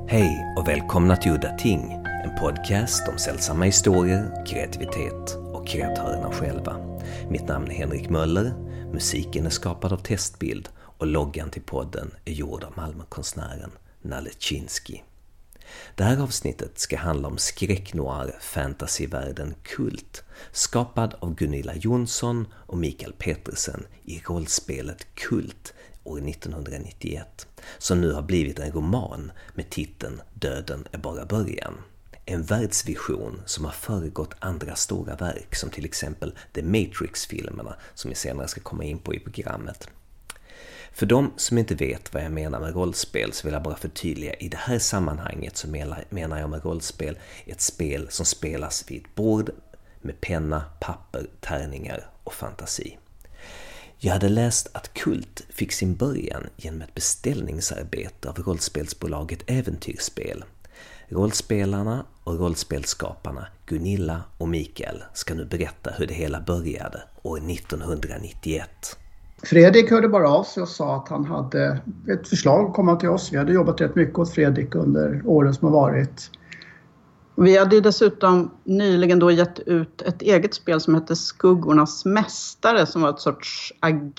Hej och välkomna till Udda Ting, en podcast om sällsamma historier, kreativitet och kreatörerna själva. Mitt namn är Henrik Möller, musiken är skapad av Testbild och loggan till podden är gjord av Malmökonstnären Nalle Chinsky. Det här avsnittet ska handla om skräcknoir fantasyvärlden Kult, skapad av Gunilla Jonsson och Mikael Petersen i rollspelet Kult år 1991, som nu har blivit en roman med titeln Döden är bara början. En världsvision som har föregått andra stora verk som till exempel The Matrix-filmerna som vi senare ska komma in på i programmet. För de som inte vet vad jag menar med rollspel så vill jag bara förtydliga. I det här sammanhanget så menar jag med rollspel ett spel som spelas vid ett bord med penna, papper, tärningar och fantasi. Jag hade läst att Kult fick sin början genom ett beställningsarbete av rollspelsbolaget Äventyrsspel. Rollspelarna och rollspelskaparna Gunilla och Mikael ska nu berätta hur det hela började år 1991. Fredrik hörde bara av sig och sa att han hade ett förslag att komma till oss. Vi hade jobbat rätt mycket åt Fredrik under åren som har varit. Vi hade dessutom nyligen då gett ut ett eget spel som hette Skuggornas mästare, som var ett sorts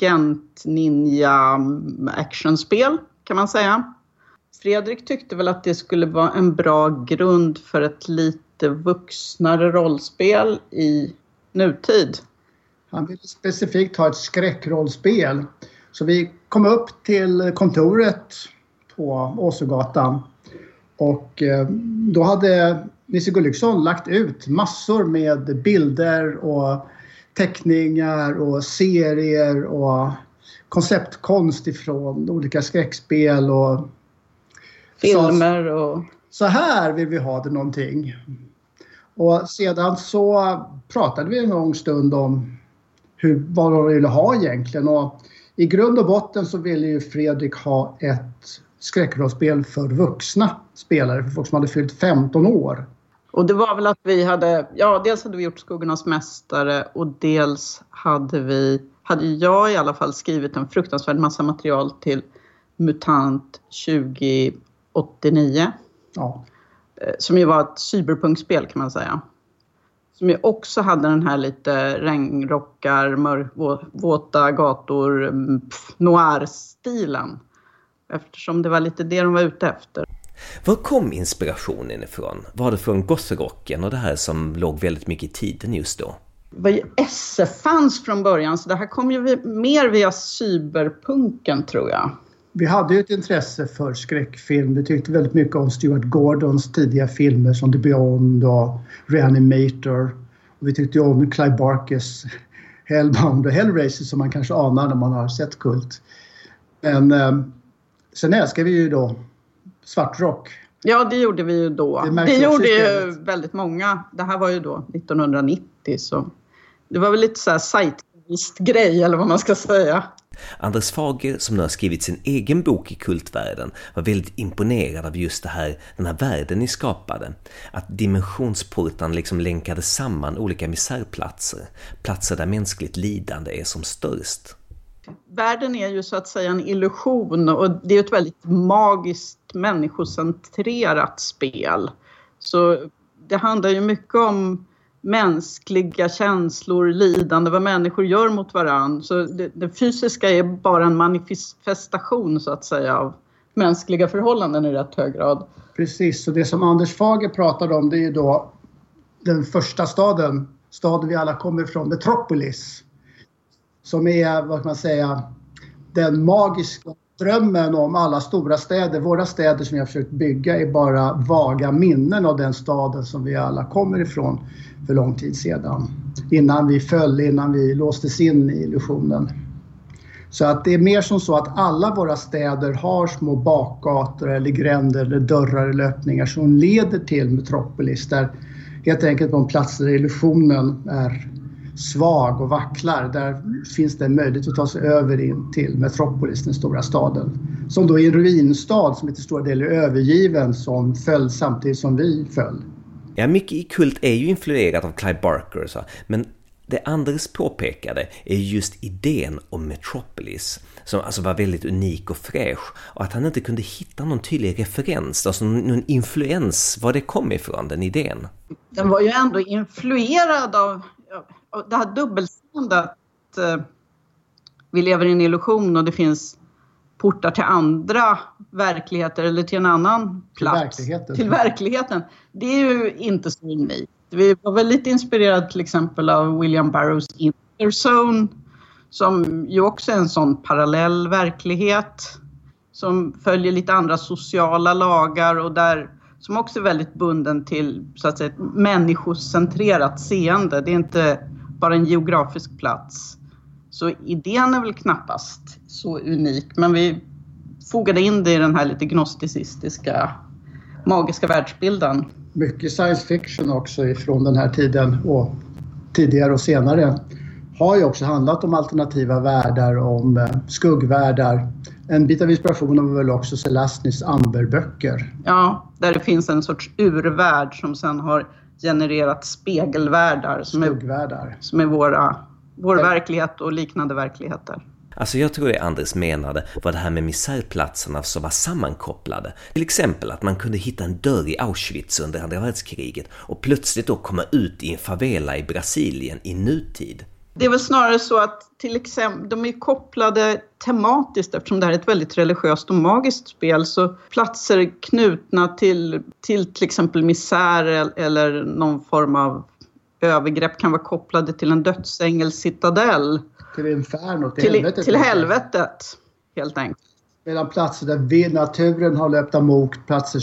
agent-ninja-actionspel kan man säga. Fredrik tyckte väl att det skulle vara en bra grund för ett lite vuxnare rollspel i nutid. Han ville specifikt ha ett skräckrollspel. Så vi kom upp till kontoret på Åsögatan. Och då hade Nisse Gulliksson lagt ut massor med bilder och teckningar och serier och konceptkonst ifrån olika skräckspel och filmer. Och så här vill vi ha det någonting. Och sedan så pratade vi en lång stund om vad de ville ha egentligen. Och i grund och botten så ville ju Fredrik ha ett skräckrollspel för vuxna spelare, för folk som hade fyllt 15 år. Och det var väl att vi hade, dels hade vi gjort Skuggornas mästare och dels hade jag i alla fall skrivit en fruktansvärd massa material till Mutant 2089. Ja. Som ju var ett cyberpunkspel kan man säga. Som ju också hade den här lite regnrockar, våta gator, noir-stilen. Eftersom det var lite det de var ute efter. Var kom inspirationen ifrån? Var det från gossrocken och det här som låg väldigt mycket i tiden just då? Det var ju SF-fans från början, så det här kom ju mer via cyberpunken tror jag. Vi hade ju ett intresse för skräckfilm. Vi tyckte väldigt mycket om Stuart Gordons tidiga filmer som The Beyond och Reanimator. Och vi tyckte om Clive Barkers Hellbound och Hellraiser som man kanske anar när man har sett Kult. Men sen älskar vi ju då svartrock. Ja, det gjorde vi ju då. Det gjorde ju väldigt många. Det här var ju då 1990, så det var väl lite så här zeitgeist-grej eller vad man ska säga. Anders Fager, som nu har skrivit sin egen bok i kultvärlden, var väldigt imponerad av just den här världen ni skapade. Att dimensionsportarna liksom länkade samman olika misärplatser. Platser där mänskligt lidande är som störst. Världen är ju så att säga en illusion och det är ett väldigt magiskt människocentrerat spel. Så det handlar ju mycket om mänskliga känslor, lidande, vad människor gör mot varann. Så det fysiska är bara en manifestation så att säga av mänskliga förhållanden i rätt hög grad. Precis, och det som Anders Fager pratade om det är ju då den första staden vi alla kommer ifrån, Metropolis. Som är, vad kan man säga, den magiska drömmen om alla stora städer. Våra städer som vi har försökt bygga är bara vaga minnen av den staden som vi alla kommer ifrån för lång tid sedan. Innan vi låstes in i illusionen. Så att det är mer som så att alla våra städer har små bakgator eller gränder eller dörrar eller öppningar som leder till Metropolis. Där helt enkelt de platser där illusionen är svag och vacklar, där finns det en möjlighet att ta sig över in till Metropolis, den stora staden. Som då är en ruinstad som till stora delar är övergiven, som föll samtidigt som vi föll. Ja, mycket i Kult är ju influerat av Clive Barker, men Det Anders påpekade är just idén om Metropolis, som alltså var väldigt unik och fräsch, och att han inte kunde hitta någon tydlig referens, alltså någon influens, var det kom ifrån, den idén. Den var ju ändå influerad av det här dubbelståndet. Vi lever i en illusion och det finns portar till andra verkligheter eller till en annan plats. Till verkligheten. Det är ju inte så unikt. Vi var väl lite inspirerade till exempel av William Burroughs Interzone, som ju också är en sån parallell verklighet som följer lite andra sociala lagar och där, som också är väldigt bunden till så att säga ett människocentrerat seende. Det är inte bara en geografisk plats. Så idén är väl knappast så unik, men vi fogade in det i den här lite gnosticistiska, magiska världsbilden. Mycket science fiction också ifrån den här tiden och tidigare och senare har ju också handlat om alternativa världar, om skuggvärldar. En bit av inspirationen var väl också Zelazny's Amberböcker. Ja, där det finns en sorts urvärld som sen har genererat spegelvärldar. Skuggvärldar. Som är vår verklighet och liknande verkligheter. Alltså jag tror det Anders menade var det här med misärplatserna som var sammankopplade. Till exempel att man kunde hitta en dörr i Auschwitz under andra världskriget och plötsligt då komma ut i en favela i Brasilien i nutid. Det är väl snarare så att till exempel, de är kopplade tematiskt eftersom det här är ett väldigt religiöst och magiskt spel, så platser knutna till exempel misär eller någon form av övergrepp kan vara kopplade till en dödsängelscitadell. Till inferno, till helvetet. Till helvetet, helt enkelt. Medan platser där naturen har löpt amok, platser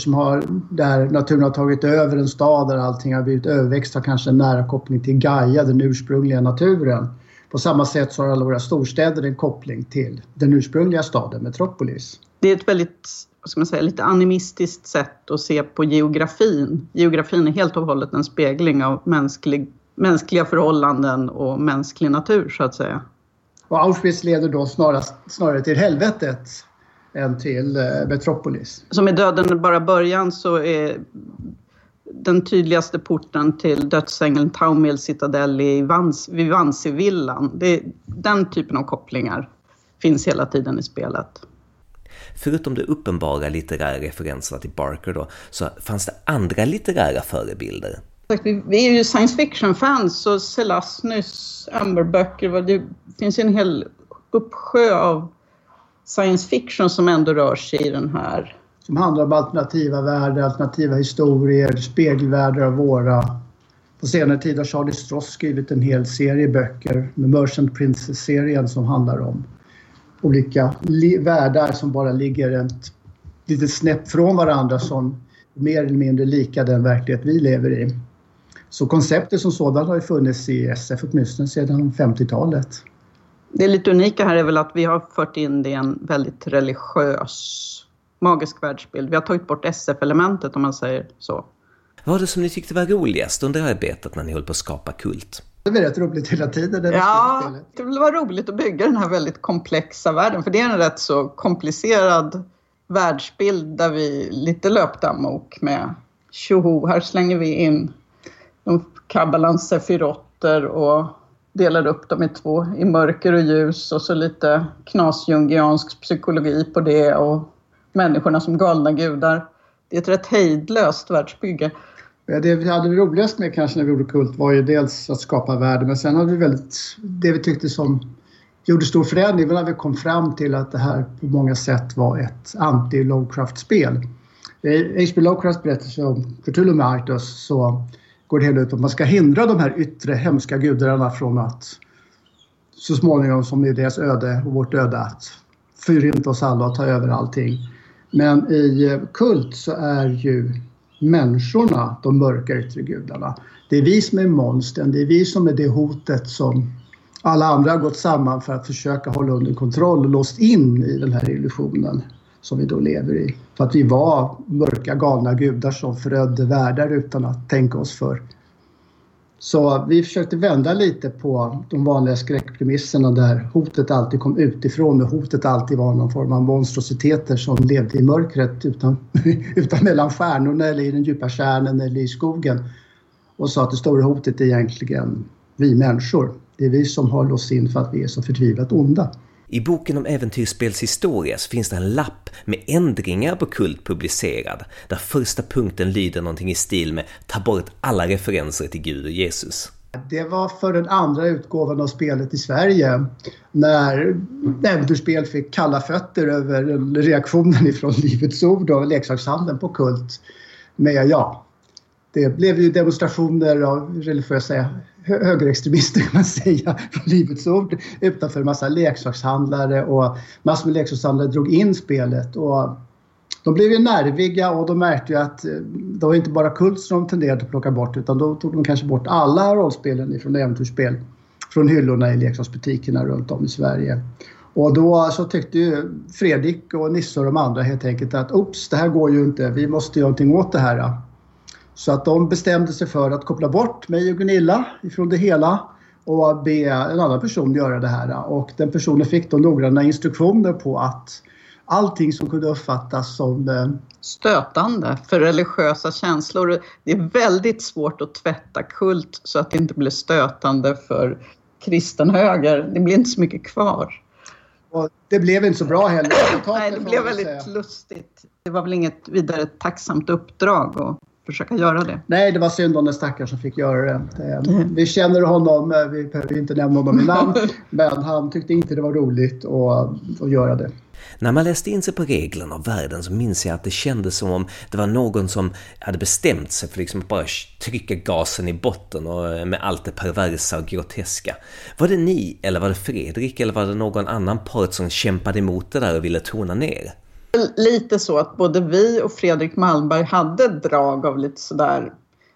där naturen har tagit över en stad där allting har blivit överväxt, har kanske en nära koppling till Gaia, den ursprungliga naturen. På samma sätt så har alla våra storstäder en koppling till den ursprungliga staden, Metropolis. Det är ett väldigt, vad ska man säga, lite animistiskt sätt att se på geografin. Geografin är helt och hållet en spegling av mänskliga förhållanden och mänsklig natur, så att säga. Och Auschwitz leder då snarare till helvetet än till Metropolis. Som är döden bara början, så är den tydligaste porten till dödsängeln Taumil citadell vid Vansivillan. Den typen av kopplingar finns hela tiden i spelet. Förutom de uppenbara litterära referenserna till Barker då, så fanns det andra litterära förebilder. Vi är ju science fiction-fans, så Zelazny's Amberböcker, det finns en hel uppsjö av science fiction som ändå rör sig i den här. Som handlar om alternativa världar, alternativa historier, spegelvärldar av våra. På senare tid har Charlie Stross skrivit en hel serie böcker med Merchant Princess-serien som handlar om olika världar som bara ligger ett litet snäpp från varandra, som mer eller mindre lika den verklighet vi lever i. Så konceptet som sådant har ju funnits i SF åtminstone sedan 50-talet. Det lite unika här är väl att vi har fört in det i en väldigt religiös, magisk världsbild. Vi har tagit bort SF-elementet, om man säger så. Vad var det som ni tyckte var roligast under arbetet när ni höll på att skapa kult? Det var rätt roligt hela tiden. Ja, det var roligt att bygga den här väldigt komplexa världen. För det är en rätt så komplicerad världsbild där vi lite löpte amok med tjoho. Här slänger vi in de kabbalans sefirotter och delar upp dem i två, i mörker och ljus, och så lite knasjungiansk psykologi på det, och människorna som galna gudar. Det är ett rätt hejdlöst världsbygge. Det vi hade roligast med kanske när vi gjorde kult var ju dels att skapa världen, men sen hade vi det vi tyckte som gjorde stor förändring när vi kom fram till att det här på många sätt var ett anti-Lovecraft-spel. H.P. Lovecrafts berättelse om Cthulhu Mythos, så går det hela ut att man ska hindra de här yttre hemska gudarna från att så småningom, som är deras öde och vårt öde, att förinta oss alla och ta över allting. Men i kult så är ju människorna de mörka yttre gudarna. Det är vi som är monstern, det är vi som är det hotet som alla andra har gått samman för att försöka hålla under kontroll och låst in i den här illusionen som vi då lever i. För att vi var mörka galna gudar som förödde världar utan att tänka oss för. Så vi försökte vända lite på de vanliga skräckpremisserna där hotet alltid kom utifrån och hotet alltid var någon form av monstrositeter som levde i mörkret utan mellan stjärnorna eller i den djupa kärnan eller i skogen. Och sa att det stora hotet är egentligen vi människor. Det är vi som har låst in för att vi är så förtvivlat onda. I boken om äventyrsspelshistoria så finns det en lapp med ändringar på Kult publicerad, där första punkten lyder någonting i stil med ta bort alla referenser till Gud och Jesus. Det var för den andra utgåvan av spelet i Sverige när äventyrsspel fick kalla fötter över reaktionen ifrån Livets Ord och leksakshandeln på Kult. Men det blev ju demonstrationer av religiösa högerextremister kan man säga från Livets Ord utanför en massa leksakshandlare, och massor med leksakshandlare drog in spelet, och de blev ju nerviga och de märkte ju att det var inte bara Kult som de tenderade att plocka bort, utan då tog de kanske bort alla rollspelen från äventyrsspel från hyllorna i leksaksbutikerna runt om i Sverige. Och då så tyckte ju Fredrik och Nisse och de andra helt enkelt att det här går ju inte, vi måste göra någonting åt det här. Så att de bestämde sig för att koppla bort mig och Gunilla ifrån det hela och be en annan person göra det här. Och den personen fick då noggranna instruktioner på att allting som kunde uppfattas som stötande för religiösa känslor. Det är väldigt svårt att tvätta Kult så att det inte blir stötande för kristen höger. Det blir inte så mycket kvar. Och det blev inte så bra heller. Nej, det blev väldigt lustigt. Det var väl inget vidare tacksamt uppdrag att försöka göra det. Nej, det var synd om den stackare som fick göra det. Vi känner honom, vi behöver inte nämna honom i namn, men han tyckte inte det var roligt att göra det. När man läste in sig på reglerna av världen så minns jag att det kändes som om det var någon som hade bestämt sig för liksom att bara trycka gasen i botten och med allt det perversa och groteska. Var det ni, eller var det Fredrik, eller var det någon annan part som kämpade emot det där och ville tona ner? Lite så att både vi och Fredrik Malmberg hade drag av lite sådär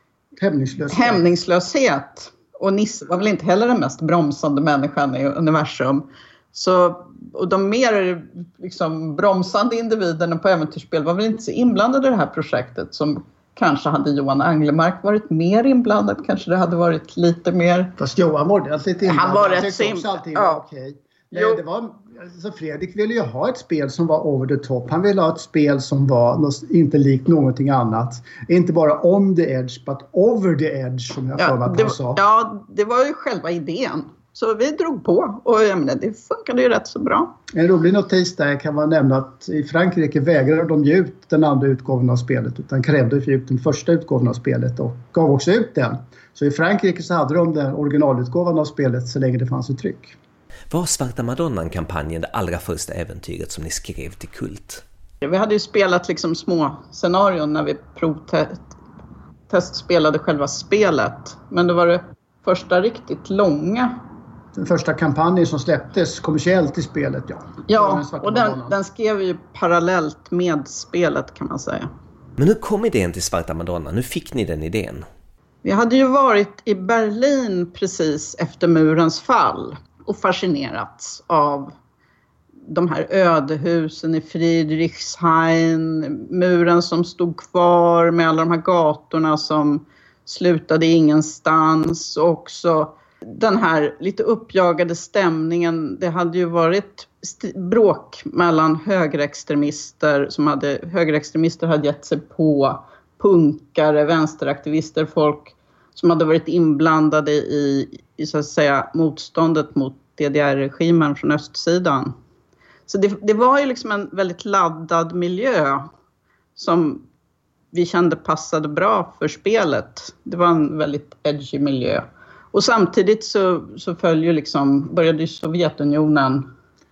hämningslöshet. Och Nisse var väl inte heller den mest bromsande människan i universum. Och de mer liksom bromsande individerna på äventyrsspel var väl inte så inblandade i det här projektet, som kanske hade Johan Anglemark varit mer inblandad. Kanske det hade varit lite mer... Fast Johan var lite inblandad. Han var rätt inblandad. Ja. Okej. Nej, det var... Alltså Fredrik ville ju ha ett spel som var over the top. Han ville ha ett spel som var inte likt någonting annat. Inte bara on the edge, but over the edge, som jag sa. Ja, det var ju själva idén. Så vi drog på, och jag menar, det funkade ju rätt så bra. En rolig notis där kan man nämna att i Frankrike vägrade de ge ut den andra utgåvan av spelet, utan krävde för ut den första utgåvan av spelet och gav också ut den. Så i Frankrike så hade de den originalutgåvan av spelet så länge det fanns ett tryck. Var Svarta Madonnan-kampanjen det allra första äventyret som ni skrev till Kult? Vi hade ju spelat liksom små scenarion när vi provtestspelade själva spelet. Men det var det första riktigt långa. Den första kampanjen som släpptes kommersiellt i spelet, ja. Ja, och den skrev ju parallellt med spelet, kan man säga. Men hur kom idén till Svarta Madonnan? Nu fick ni den idén. Vi hade ju varit i Berlin precis efter murens fall och fascinerats av de här ödehusen i Friedrichshain, muren som stod kvar med alla de här gatorna som slutade ingenstans, och också den här lite uppjagade stämningen. Det hade ju varit bråk mellan högerextremister hade gett sig på punkare, vänsteraktivister, folk som hade varit inblandade i så att säga motståndet mot DDR-regimen från östsidan. Så det var ju liksom en väldigt laddad miljö som vi kände passade bra för spelet. Det var en väldigt edgy miljö. Och samtidigt så började ju Sovjetunionen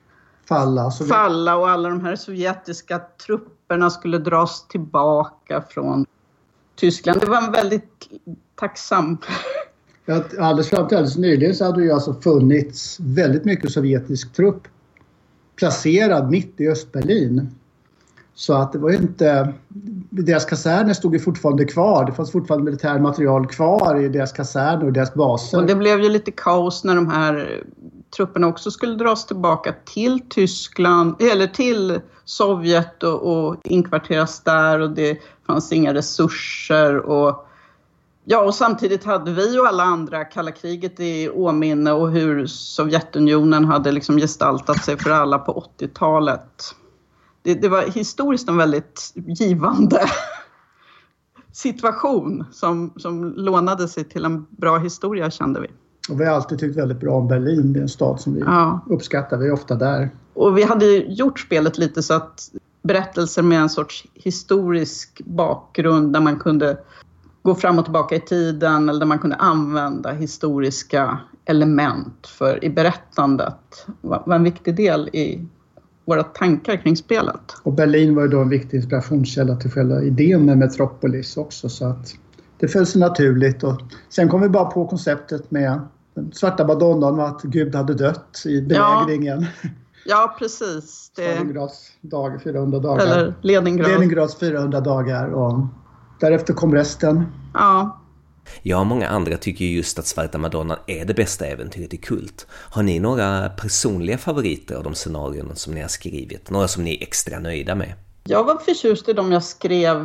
falla, och alla de här sovjetiska trupperna skulle dras tillbaka från Tyskland. Det var en väldigt tacksam... Alldeles fram till alldeles nyligen så hade ju alltså funnits väldigt mycket sovjetisk trupp placerad mitt i Östberlin. Så att det var ju inte... Deras kaserner stod ju fortfarande kvar. Det fanns fortfarande militär material kvar i deras kaserner och deras baser. Och det blev ju lite kaos när de här trupperna också skulle dras tillbaka till Tyskland, eller till Sovjet och inkvarteras där, och det fanns inga resurser. Och samtidigt hade vi och alla andra kalla kriget i åminne, och hur Sovjetunionen hade liksom gestaltat sig för alla på 80-talet. Det var historiskt en väldigt givande situation som lånade sig till en bra historia, kände vi. Och vi har alltid tyckt väldigt bra om Berlin. Det är en stad som vi uppskattar. Vi är ofta där. Och vi hade gjort spelet lite så att berättelser med en sorts historisk bakgrund där man kunde gå fram och tillbaka i tiden eller där man kunde använda historiska element i berättandet var en viktig del i våra tankar kring spelet. Och Berlin var ju då en viktig inspirationskälla till själva idén med Metropolis också, så att det föll sig naturligt. Och sen kom vi bara på konceptet med den svarta madonnan och att Gud hade dött i belägringen. Ja, precis. Stalingrads 400 dagar. Eller Leningrads 400 dagar och därefter kom resten. Ja. Jag och många andra tycker just att Svarta Madonnan är det bästa äventyret i Kult. Har ni några personliga favoriter av de scenarierna som ni har skrivit? Några som ni är extra nöjda med? Jag var förtjust i de jag skrev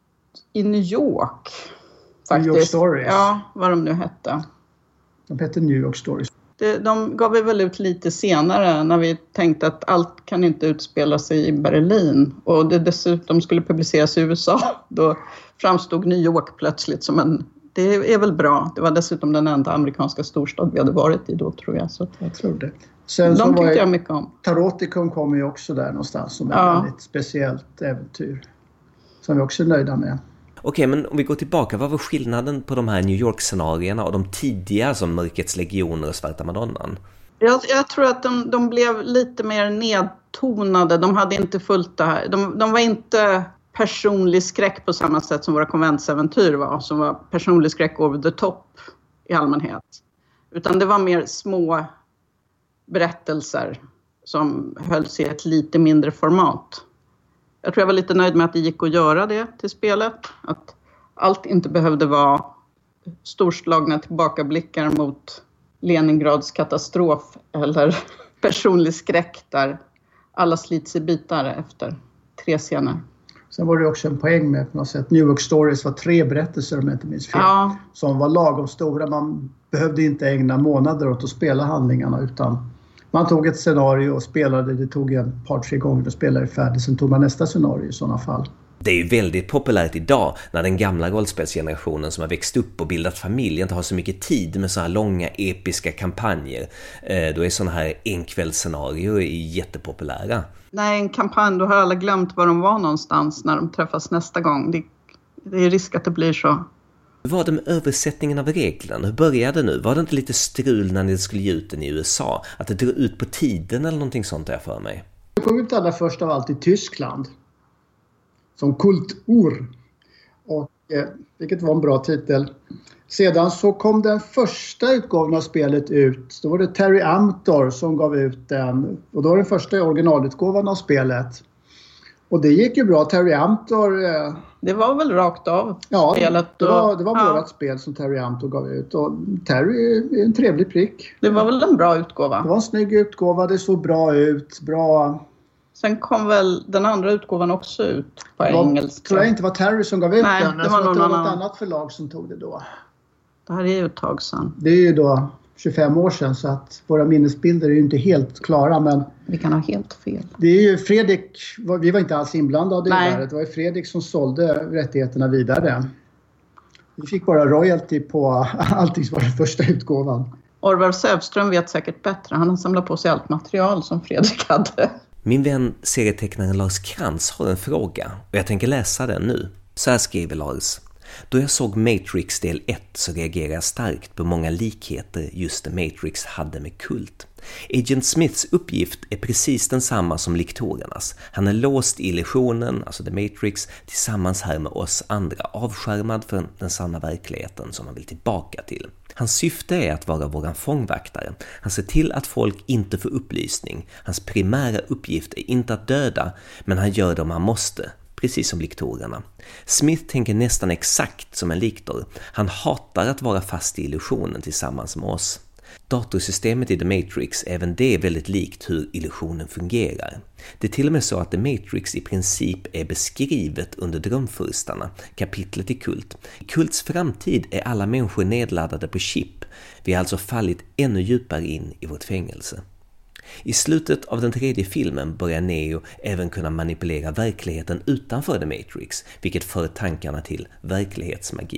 i New York. Faktiskt. New York Stories. Ja, vad de nu hette. De hette New York Stories. De gav vi väl ut lite senare när vi tänkte att allt kan inte utspela sig i Berlin. Och det dessutom skulle publiceras i USA. Då framstod New York plötsligt som det är väl bra. Det var dessutom den enda amerikanska storstad vi hade varit i då, tror jag. Så jag tror det. Sen de tyckte jag mycket om. Taroticum kommer ju också där någonstans som är ett väldigt speciellt äventyr. Som vi också är nöjda med. Okej, men om vi går tillbaka, vad var skillnaden på de här New York-scenarierna och de tidiga som Mörkrets legioner och Svarta Madonnan? Jag tror att de blev lite mer nedtonade. De hade inte fullt det här. De var inte personlig skräck på samma sätt som våra konventsäventyr var. Som var personlig skräck over the top i allmänhet. Utan det var mer små berättelser som hölls i ett lite mindre format. Jag tror jag var lite nöjd med att det gick att göra det till spelet. Att allt inte behövde vara storslagna tillbakablickar mot Leningrads katastrof eller personlig skräck där alla slits i bitar efter 3 scener. Sen var det också en poäng med på något sätt. New York Stories var 3 berättelser om jag inte minns fel. Ja. Som var lagom stora. Man behövde inte ägna månader åt att spela handlingarna utan man tog ett scenario och spelade. Det tog 2-3 gånger att spela det färdigt. Sen tog man nästa scenario i sådana fall. Det är ju väldigt populärt idag när den gamla rollspelsgenerationen som har växt upp och bildat familj inte har så mycket tid med så här långa episka kampanjer. Då är sådana här enkvällsscenarier jättepopulära. Nej, en kampanj, då har alla glömt var de var någonstans när de träffas nästa gång. Det är risk att det blir så. Hur var det med översättningen av reglerna? Hur började det nu? Var det inte lite strul när ni skulle ge ut den i USA? Att det drog ut på tiden eller någonting sånt där för mig? Det kom ut allra först av allt i Tyskland. Som Kultur. Och vilket var en bra titel. Sedan så kom den första utgåvan av spelet ut. Då var det Terry Amthor som gav ut den. Och då var den första originalutgåvan av spelet. Och det gick ju bra. Terry Amthor... Det var väl rakt av spelet. Ja, det var vårat spel som Terry Amthor gav ut. Och Terry är en trevlig prick. Det var väl en bra utgåva? Det var en snygg utgåva. Det såg bra ut. Bra... Sen kom väl den andra utgåvan också ut på engelska. Tror jag inte var Terry som gav ut Nej, den. Det var något annat förlag som tog det då. Det här är ju ett tag sedan. Det är ju då 25 år sedan så att våra minnesbilder är ju inte helt klara. Men vi kan ha helt fel. Det är ju Fredrik, vi var inte alls inblandade i det här. Det var ju Fredrik som sålde rättigheterna vidare. Vi fick bara royalty på allting som var den första utgåvan. Orvar Sävström vet säkert bättre. Han har samlat på sig allt material som Fredrik hade. Min vän serietecknaren Lars Krantz har en fråga och jag tänker läsa den nu. Så här skriver Lars. Då jag såg Matrix del 1 så reagerade jag starkt på många likheter just det Matrix hade med Kult. Agent Smiths uppgift är precis densamma som lektorernas. Han är låst i illusionen, alltså The Matrix, tillsammans här med oss andra, avskärmad från den sanna verkligheten som han vill tillbaka till. Hans syfte är att vara våran fångvaktare. Han ser till att folk inte får upplysning. Hans primära uppgift är inte att döda, men han gör det om han måste. Precis som lektorerna. Smith tänker nästan exakt som en lektor. Han hatar att vara fast i illusionen tillsammans med oss. Datorsystemet i The Matrix, även det är väldigt likt hur illusionen fungerar. Det är till och med så att The Matrix i princip är beskrivet under drömfurstarna, kapitlet i Kult. I Kults framtid är alla människor nedladdade på chip. Vi har alltså fallit ännu djupare in i vårt fängelse. I slutet av den 3:e filmen börjar Neo även kunna manipulera verkligheten utanför The Matrix, vilket för tankarna till verklighetsmagin.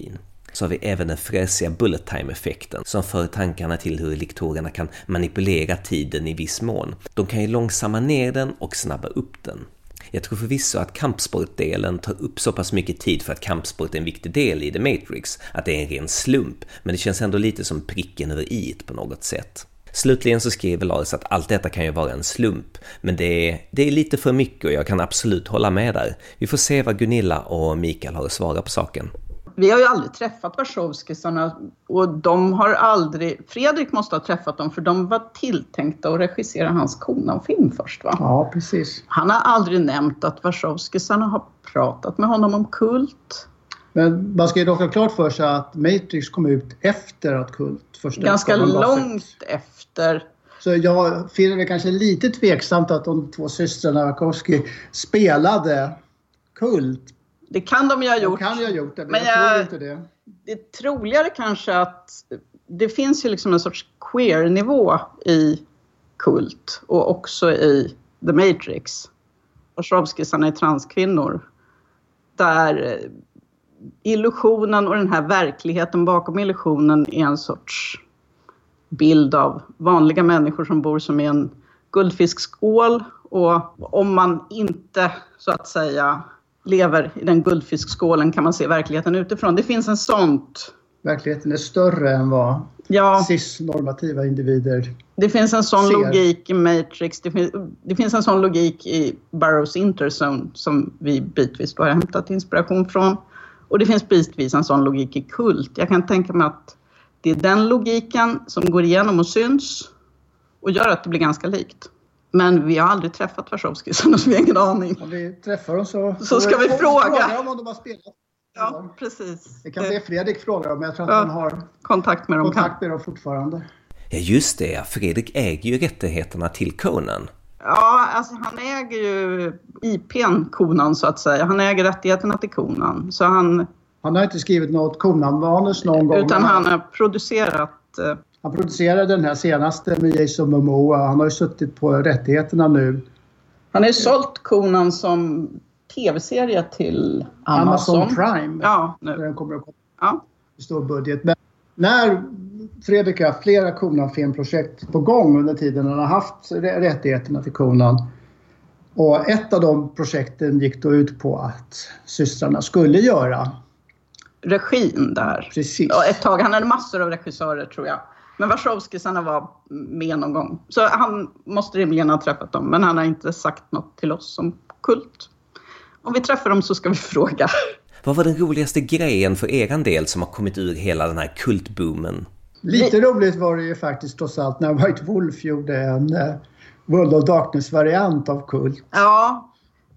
Så har vi även den fräsiga bullet time-effekten som för tankarna till hur lektorerna kan manipulera tiden i viss mån. De kan ju långsamma ner den och snabba upp den. Jag tror förvisso att kampsportdelen tar upp så pass mycket tid för att kampsport är en viktig del i The Matrix att det är en ren slump, men det känns ändå lite som pricken över i på något sätt. Slutligen så skriver Lars att allt detta kan ju vara en slump, men det är lite för mycket och jag kan absolut hålla med där. Vi får se vad Gunilla och Mikael har att svara på saken. Vi har ju aldrig träffat Wachowskisarna och de har aldrig... Fredrik måste ha träffat dem för de var tilltänkta att regissera hans Conan-film först, va? Ja, precis. Han har aldrig nämnt att Wachowskisarna har pratat med honom om Kult. Men man ska ju dock ha klart för sig att Matrix kom ut efter att Kult första ganska långt efter. Så jag finner det kanske lite tveksamt att de två systrarna Wachowski spelade Kult. Det kan de ju ha gjort. De kan ju ha gjort det, men jag tror inte det. Det är troligare kanske att det finns ju liksom en sorts queer-nivå i Kult och också i The Matrix. Wachowskisarna är transkvinnor. Där illusionen och den här verkligheten bakom illusionen är en sorts bild av vanliga människor som bor som i en guldfiskskål. Och om man inte så att säga lever i den guldfiskskålen kan man se verkligheten utifrån. Det finns en sånt. Verkligheten är större än vad cis-normativa individer Det finns en sån ser. Logik i Matrix. Det finns en sån logik i Burroughs Interzone som vi bitvis har hämtat inspiration från. Och det finns bitvis en sån logik i Kult. Jag kan tänka mig att det är den logiken som går igenom och syns och gör att det blir ganska likt. Men vi har aldrig träffat Wachowski så vi har ingen aning. Om vi träffar dem så ska vi fråga om de har spelat. Ja, precis. Det kan bli Fredrik fråga om. Jag tror att han har kontakt med dem fortfarande. Ja just det, Fredrik äger ju rättigheterna till Conan. Ja, alltså han äger ju IP:n Conan så att säga. Han äger rättigheterna till Conan. Så han har inte skrivit något Conan-manus någon gång. Utan han har producerat... Han producerade den här senaste med Jason Momoa. Han har ju suttit på rättigheterna nu. Han har ju sålt Conan som tv-serie till Amazon Prime. Ja, nu. Den kommer att komma i stor budget. Men när Fredrik har flera Conan-filmprojekt på gång under tiden han har haft rättigheterna till Conan. Och ett av de projekten gick då ut på att systrarna skulle göra regin där. Precis. Ja, ett tag. Han hade massor av regissörer tror jag. Men Wachowskisarna var med någon gång. Så han måste rimligen ha träffat dem. Men han har inte sagt något till oss om Kult. Om vi träffar dem så ska vi fråga. Vad var den roligaste grejen för egen del som har kommit ur hela den här kultboomen? Lite roligt var det ju faktiskt trots allt när White Wolf gjorde en World of Darkness-variant av Kult. Ja,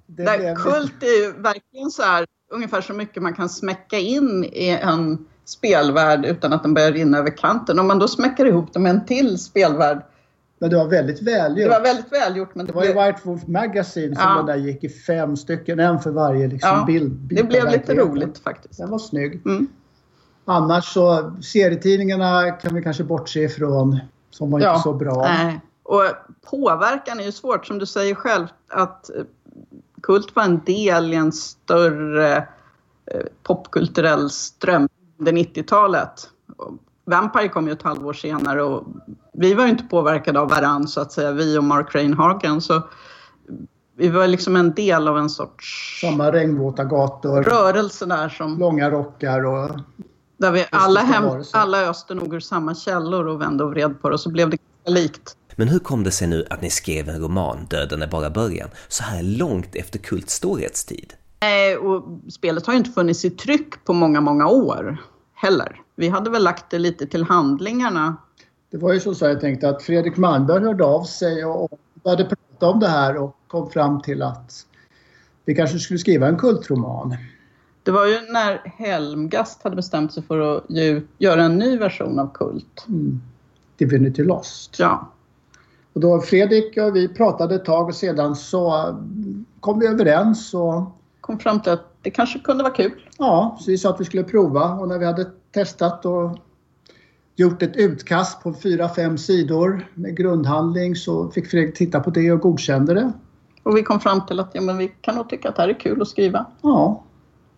Kult är ju verkligen så här ungefär så mycket man kan smäcka in i en spelvärld utan att den börjar rinna över kanten. Om man då smäckar ihop dem med en till spelvärld. Men det var väldigt välgjort. Det var väldigt välgjort. Men det var ju White Wolf Magazine som den där gick i 5 stycken. En för varje liksom, bild. Det blev lite roligt faktiskt. Den var snygg. Mm. Annars så serietidningarna kan vi kanske bortse ifrån. Som var inte så bra. Nej. Och påverkan är ju svårt som du säger själv. Att Kult var en del i en större popkulturell ström under 90-talet. Vampire kom ju ett halvår senare och vi var ju inte påverkade av varann så att säga, vi och Mark Reinhagen, så vi var liksom en del av en sorts samma regnvåta gator, rörelse där som långa rockar och där vi alla öste nog ur samma källor och vände och vred på det och så blev det likt. Men hur kom det sig nu att ni skrev en roman, Döden är bara början, så här långt efter Kults storhetstid? Nej, och spelet har ju inte funnits i tryck på många år heller. Vi hade väl lagt det lite till handlingarna. Det var ju så jag tänkte att Fredrik Malmberg hörde av sig och började prata om det här och kom fram till att vi kanske skulle skriva en kultroman. Det var ju när Helmgast hade bestämt sig för att göra en ny version av Kult. Divinity Lost. Ja. Och då Fredrik och vi pratade ett tag och sedan så kom vi överens och kom fram till att det kanske kunde vara kul. Ja, så vi sa att vi skulle prova och när vi hade testat och gjort ett utkast på 4-5 sidor med grundhandling så fick Fredrik titta på det och godkände det. Och vi kom fram till att men vi kan nog tycka att det här är kul att skriva. Ja,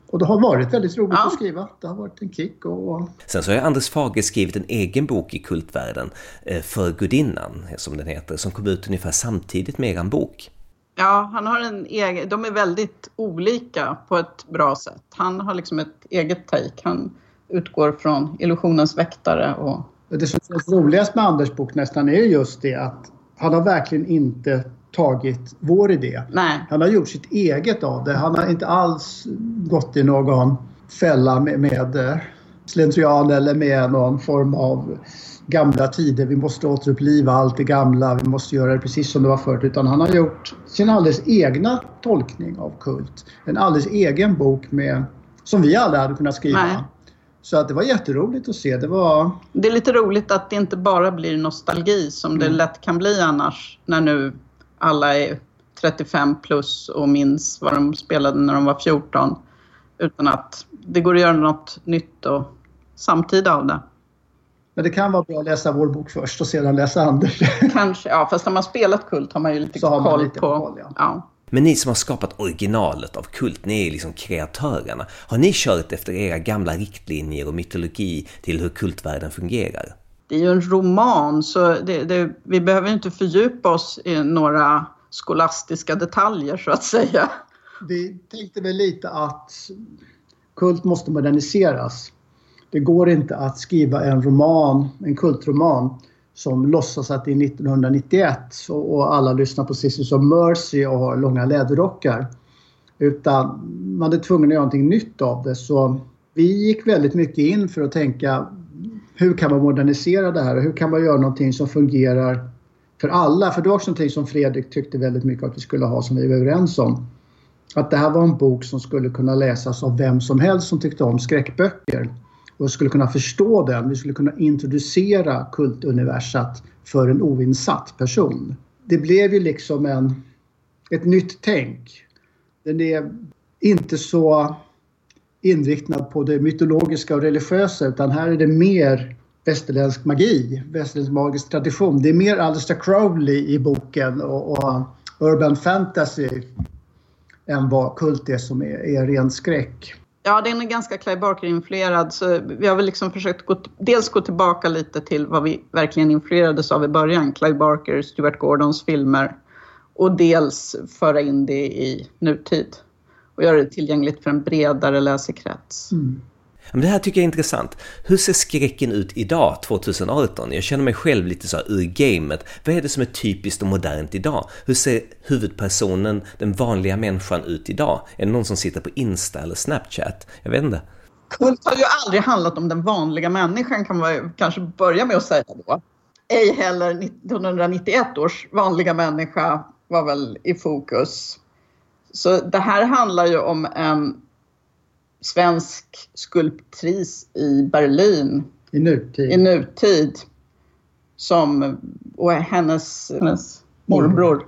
Och det har varit väldigt roligt att skriva. Det har varit en kick. Sen så har Anders Fage skrivit en egen bok i kultvärlden, För gudinnan, som den heter, som kom ut ungefär samtidigt med en bok. Ja, han har en egen, de är väldigt olika på ett bra sätt. Han har liksom ett eget take. Han utgår från illusionens väktare. Och det som är roligast med Anders bok nästan är just det att han har verkligen inte tagit vår idé. Nej. Han har gjort sitt eget av det. Han har inte alls gått i någon fälla med slentrian eller med någon form av gamla tider. Vi måste återuppliva allt det gamla. Vi måste göra det precis som det var förut. Utan han har gjort sin alldeles egna tolkning av kult. En alldeles egen bok som vi alla hade kunnat skriva. Nej. Så att det var jätteroligt att se. Det är lite roligt att det inte bara blir nostalgi som det lätt kan bli annars. När nu alla är 35 plus och minns vad de spelade när de var 14. Utan att det går att göra något nytt och samtida av det. Men det kan vara bra att läsa vår bok först och sedan läsa Anders. Kanske, ja. Fast när man spelat kult har man ju lite koll på. Ja. Men ni som har skapat originalet av kult, ni är liksom kreatörerna. Har ni kört efter era gamla riktlinjer och mytologi till hur kultvärlden fungerar? Det är ju en roman så vi behöver inte fördjupa oss i några skolastiska detaljer så att säga. Vi tänkte väl lite att kult måste moderniseras. Det går inte att skriva en kultroman som låtsas att det är 1991 och alla lyssnar på Sisters of Mercy och har långa läderrockar. Utan man är tvungen att göra någonting nytt av det. Så vi gick väldigt mycket in för att tänka hur kan man modernisera det här och hur kan man göra någonting som fungerar för alla. För det var också någonting som Fredrik tyckte väldigt mycket att vi skulle ha som vi var överens om. Att det här var en bok som skulle kunna läsas av vem som helst som tyckte om skräckböcker. Och skulle kunna förstå den. Vi skulle kunna introducera kultuniversat för en oinsatt person. Det blev ju liksom ett nytt tänk. Den är inte så inriktad på det mytologiska och religiösa utan här är det mer västerländsk magi, västerländsk magisk tradition. Det är mer Aleister Crowley i boken och urban fantasy än vad kult är som är ren skräck. Ja, den är ganska Clive Barker-influerad så vi har väl liksom försökt gå tillbaka lite till vad vi verkligen influerades av i början. Clive Barker, Stuart Gordons filmer och dels föra in det i nutid och göra det tillgängligt för en bredare läsekrets. Mm. Men det här tycker jag är intressant. Hur ser skräcken ut idag, 2018? Jag känner mig själv lite så ur gamet. Vad är det som är typiskt och modernt idag? Hur ser huvudpersonen, den vanliga människan, ut idag? Är det någon som sitter på Insta eller Snapchat? Jag vet inte. Kult har ju aldrig handlat om den vanliga människan kan man kanske börja med att säga då. Ej heller 1991 års vanliga människa var väl i fokus. Så det här handlar ju om en svensk skulptris i Berlin. I nutid. Och hennes morbror.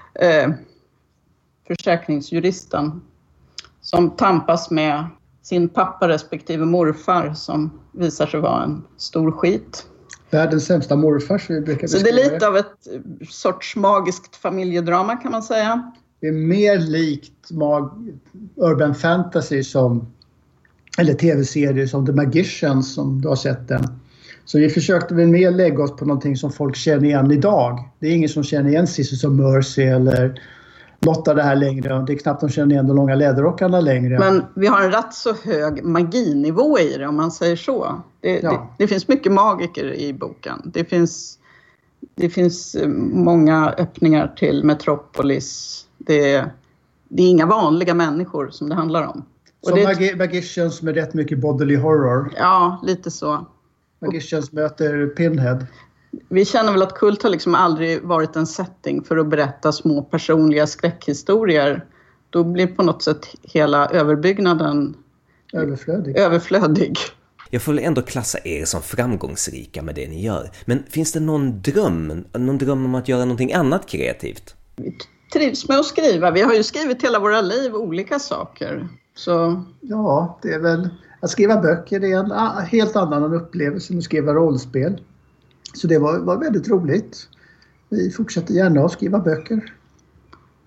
Försäkringsjuristen. Som tampas med sin pappa respektive morfar. Som visar sig vara en stor skit. Världens sämsta morfar så vi brukar beskriva. Så det är lite av ett sorts magiskt familjedrama kan man säga. Det är mer likt urban fantasy eller tv-serier som The Magicians som du har sett den. Så vi försökte väl mer lägga oss på någonting som folk känner igen idag. Det är ingen som känner igen Sisters of Mercy eller Lotta det här längre. Det är knappt de känner igen de långa läderrockarna längre. Men vi har en rätt så hög maginivå i det om man säger så. Det finns mycket magiker i boken. Det finns många öppningar till Metropolis. Det är inga vanliga människor som det handlar om. Som Magicians med rätt mycket bodily horror. Ja, lite så. Magicians möter Pinhead. Vi känner väl att kult har liksom aldrig varit en setting för att berätta små personliga skräckhistorier. Då blir på något sätt hela överbyggnaden överflödig. Jag får ändå klassa er som framgångsrika med det ni gör. Men finns det någon dröm om att göra någonting annat kreativt? Vi trivs med att skriva. Vi har ju skrivit hela våra liv olika saker. Så. Ja, det är väl att skriva böcker. Det är en helt annan upplevelse än att skriva rollspel. Så det var väldigt roligt. Vi fortsätter gärna att skriva böcker.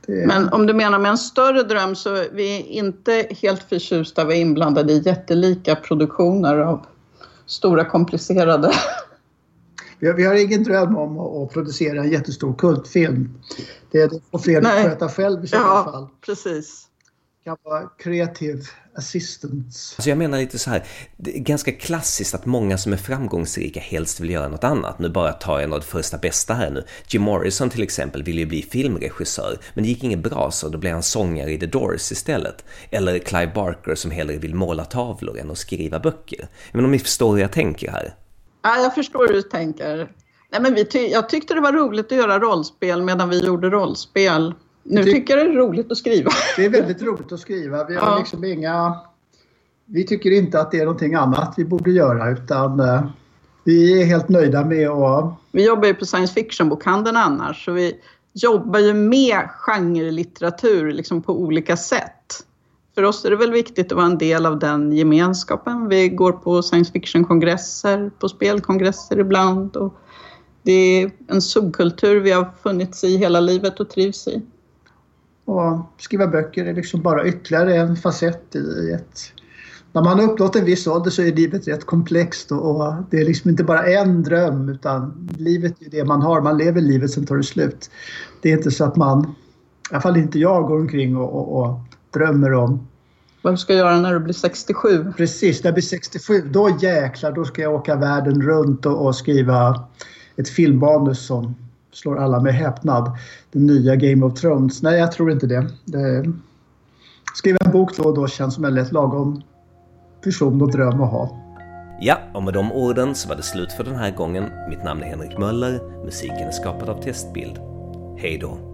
Men om du menar med en större dröm, så är vi inte helt förtjusta att vara inblandade i jättelika produktioner av stora komplicerade. Vi har ingen dröm om att producera en jättestor kultfilm. Det får Fredrik sköta själv i så fall. Precis. Det kan vara creative assistance. Alltså jag menar lite så här, det är ganska klassiskt att många som är framgångsrika helst vill göra något annat. Nu bara tar jag något första bästa här nu. Jim Morrison till exempel ville ju bli filmregissör, men det gick inget bra, så då blev han sångare i The Doors istället. Eller Clive Barker som hellre vill måla tavlor än att skriva böcker. Men om ni förstår hur jag tänker här. Ja, jag förstår hur du tänker. Nej, men jag tyckte det var roligt att göra rollspel medan vi gjorde rollspel. Nu tycker jag det är roligt att skriva. Det är väldigt roligt att skriva. Vi har liksom vi tycker inte att det är någonting annat vi borde göra, utan vi är helt nöjda med att... Vi jobbar ju på science fiction-bokhandeln annars, så vi jobbar ju med genrelitteratur liksom på olika sätt. För oss är det väl viktigt att vara en del av den gemenskapen. Vi går på science fiction-kongresser, på spelkongresser ibland. Och det är en subkultur vi har funnits i hela livet och trivs i. Och skriva böcker är liksom bara ytterligare en facett i ett... När man har uppnått en viss ålder så är livet rätt komplext och det är liksom inte bara en dröm, utan livet är det man har. Man lever livet, sen tar det slut. Det är inte så att man, i alla fall inte jag, går omkring och drömmer om vad du ska göra när du blir 67. Precis, när jag blir 67, då jäklar, då ska jag åka världen runt och skriva ett filmmanus som slår alla med häpnad. Den nya Game of Thrones. Nej, jag tror inte det. Skriva en bok då känns som en lätt lagom person och dröm att ha. Ja, och med de orden så var det slut för den här gången. Mitt namn är Henrik Möller. Musiken är skapad av Testbild. Hej då!